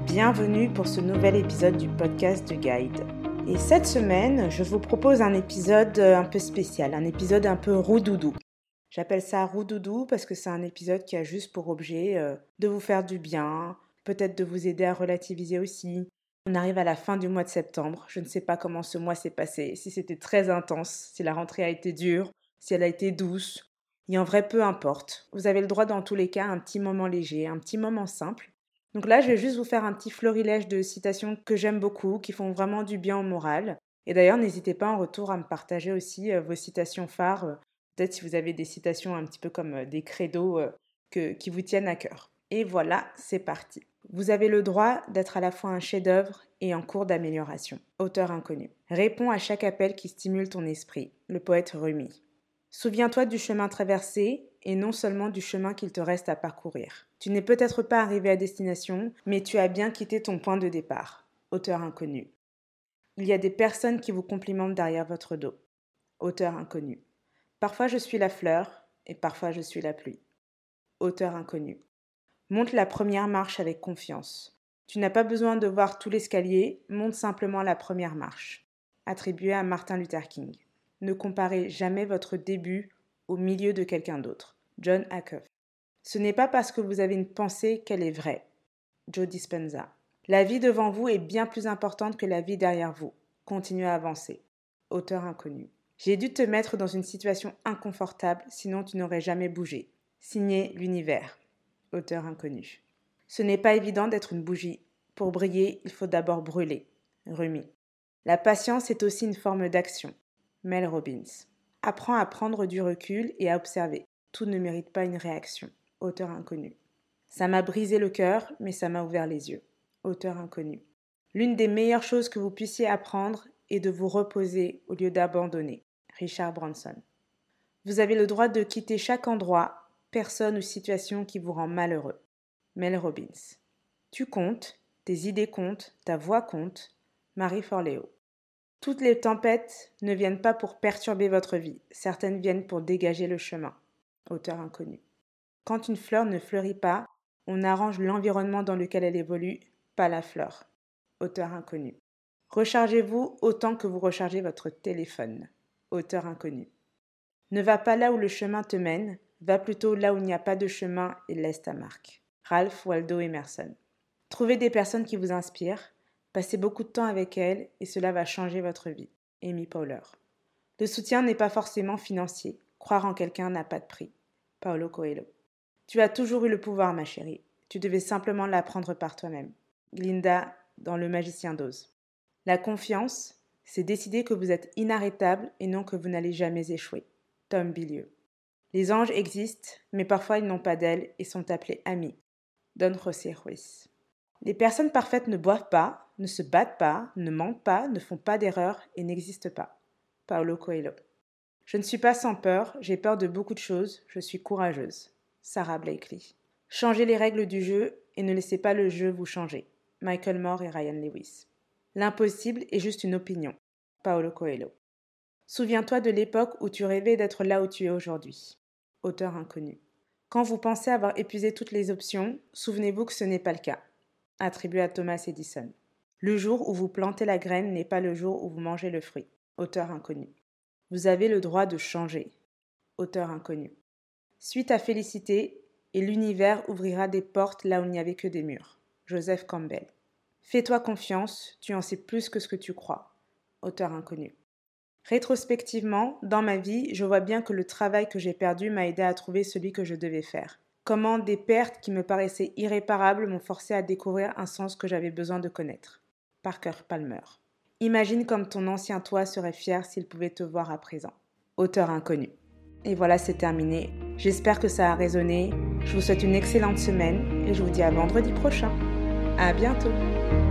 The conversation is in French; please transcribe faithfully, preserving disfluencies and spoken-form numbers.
Bienvenue pour ce nouvel épisode du podcast de Guide. Et cette semaine, je vous propose un épisode un peu spécial, un épisode un peu roudoudou. J'appelle ça roudoudou parce que c'est un épisode qui a juste pour objet euh, de vous faire du bien, peut-être de vous aider à relativiser aussi. On arrive à la fin du mois de septembre, je ne sais pas comment ce mois s'est passé, si c'était très intense, si la rentrée a été dure, si elle a été douce. Et en vrai, peu importe. Vous avez le droit dans tous les cas à un petit moment léger, un petit moment simple. Donc là, je vais juste vous faire un petit florilège de citations que j'aime beaucoup, qui font vraiment du bien au moral. Et d'ailleurs, n'hésitez pas en retour à me partager aussi euh, vos citations phares, euh, peut-être si vous avez des citations un petit peu comme euh, des credos euh, que, qui vous tiennent à cœur. Et voilà, c'est parti. Vous avez le droit d'être à la fois un chef-d'œuvre et en cours d'amélioration. Auteur inconnu. Réponds à chaque appel qui stimule ton esprit. Le poète Rumi. Souviens-toi du chemin traversé et non seulement du chemin qu'il te reste à parcourir. Tu n'es peut-être pas arrivé à destination, mais tu as bien quitté ton point de départ. Auteur inconnu. Il y a des personnes qui vous complimentent derrière votre dos. Auteur inconnu. Parfois je suis la fleur et parfois je suis la pluie. Auteur inconnu. Monte la première marche avec confiance. Tu n'as pas besoin de voir tout l'escalier, monte simplement la première marche. Attribué à Martin Luther King. Ne comparez jamais votre début au milieu de quelqu'un d'autre. John Acuff. Ce n'est pas parce que vous avez une pensée qu'elle est vraie. Joe Dispenza. La vie devant vous est bien plus importante que la vie derrière vous. Continuez à avancer. Auteur inconnu. J'ai dû te mettre dans une situation inconfortable, sinon tu n'aurais jamais bougé. Signé l'univers. Auteur inconnu. Ce n'est pas évident d'être une bougie. Pour briller, il faut d'abord brûler. Rumi. La patience est aussi une forme d'action. Mel Robbins. Apprends à prendre du recul et à observer. Tout ne mérite pas une réaction. Auteur inconnu. Ça m'a brisé le cœur, mais ça m'a ouvert les yeux. Auteur inconnu. L'une des meilleures choses que vous puissiez apprendre est de vous reposer au lieu d'abandonner. Richard Branson. Vous avez le droit de quitter chaque endroit, personne ou situation qui vous rend malheureux. Mel Robbins. Tu comptes, tes idées comptent, ta voix compte. Marie Forleo. Toutes les tempêtes ne viennent pas pour perturber votre vie, certaines viennent pour dégager le chemin. Auteur inconnu. Quand une fleur ne fleurit pas, on arrange l'environnement dans lequel elle évolue, pas la fleur. Auteur inconnu. Rechargez-vous autant que vous rechargez votre téléphone. Auteur inconnu. Ne va pas là où le chemin te mène, va plutôt là où il n'y a pas de chemin et laisse ta marque. Ralph Waldo Emerson. Trouvez des personnes qui vous inspirent. Passez beaucoup de temps avec elles et cela va changer votre vie. Amy Poehler. Le soutien n'est pas forcément financier. Croire en quelqu'un n'a pas de prix. Paulo Coelho. Tu as toujours eu le pouvoir, ma chérie. Tu devais simplement l'apprendre par toi-même. Glinda dans Le Magicien d'Oz. La confiance, c'est décider que vous êtes inarrêtable et non que vous n'allez jamais échouer. Tom Bilieu. Les anges existent, mais parfois ils n'ont pas d'ailes et sont appelés amis. Don José Ruiz. Les personnes parfaites ne boivent pas, ne se battent pas, ne mentent pas, ne font pas d'erreurs et n'existent pas. Paulo Coelho. Je ne suis pas sans peur, j'ai peur de beaucoup de choses, je suis courageuse. Sarah Blakely. Changez les règles du jeu et ne laissez pas le jeu vous changer. Michael Moore et Ryan Lewis. L'impossible est juste une opinion. Paulo Coelho. Souviens-toi de l'époque où tu rêvais d'être là où tu es aujourd'hui. Auteur inconnu. Quand vous pensez avoir épuisé toutes les options, souvenez-vous que ce n'est pas le cas. Attribué à Thomas Edison. Le jour où vous plantez la graine n'est pas le jour où vous mangez le fruit. Auteur inconnu. Vous avez le droit de changer. Auteur inconnu. Suis ta félicité et l'univers ouvrira des portes là où il n'y avait que des murs. Joseph Campbell. Fais-toi confiance, tu en sais plus que ce que tu crois. Auteur inconnu. Rétrospectivement, dans ma vie, je vois bien que le travail que j'ai perdu m'a aidé à trouver celui que je devais faire. Comment des pertes qui me paraissaient irréparables m'ont forcé à découvrir un sens que j'avais besoin de connaître. Parker Palmer. Imagine comme ton ancien toi serait fier s'il pouvait te voir à présent. Auteur inconnu. Et voilà, c'est terminé. J'espère que ça a résonné. Je vous souhaite une excellente semaine et je vous dis à vendredi prochain. À bientôt.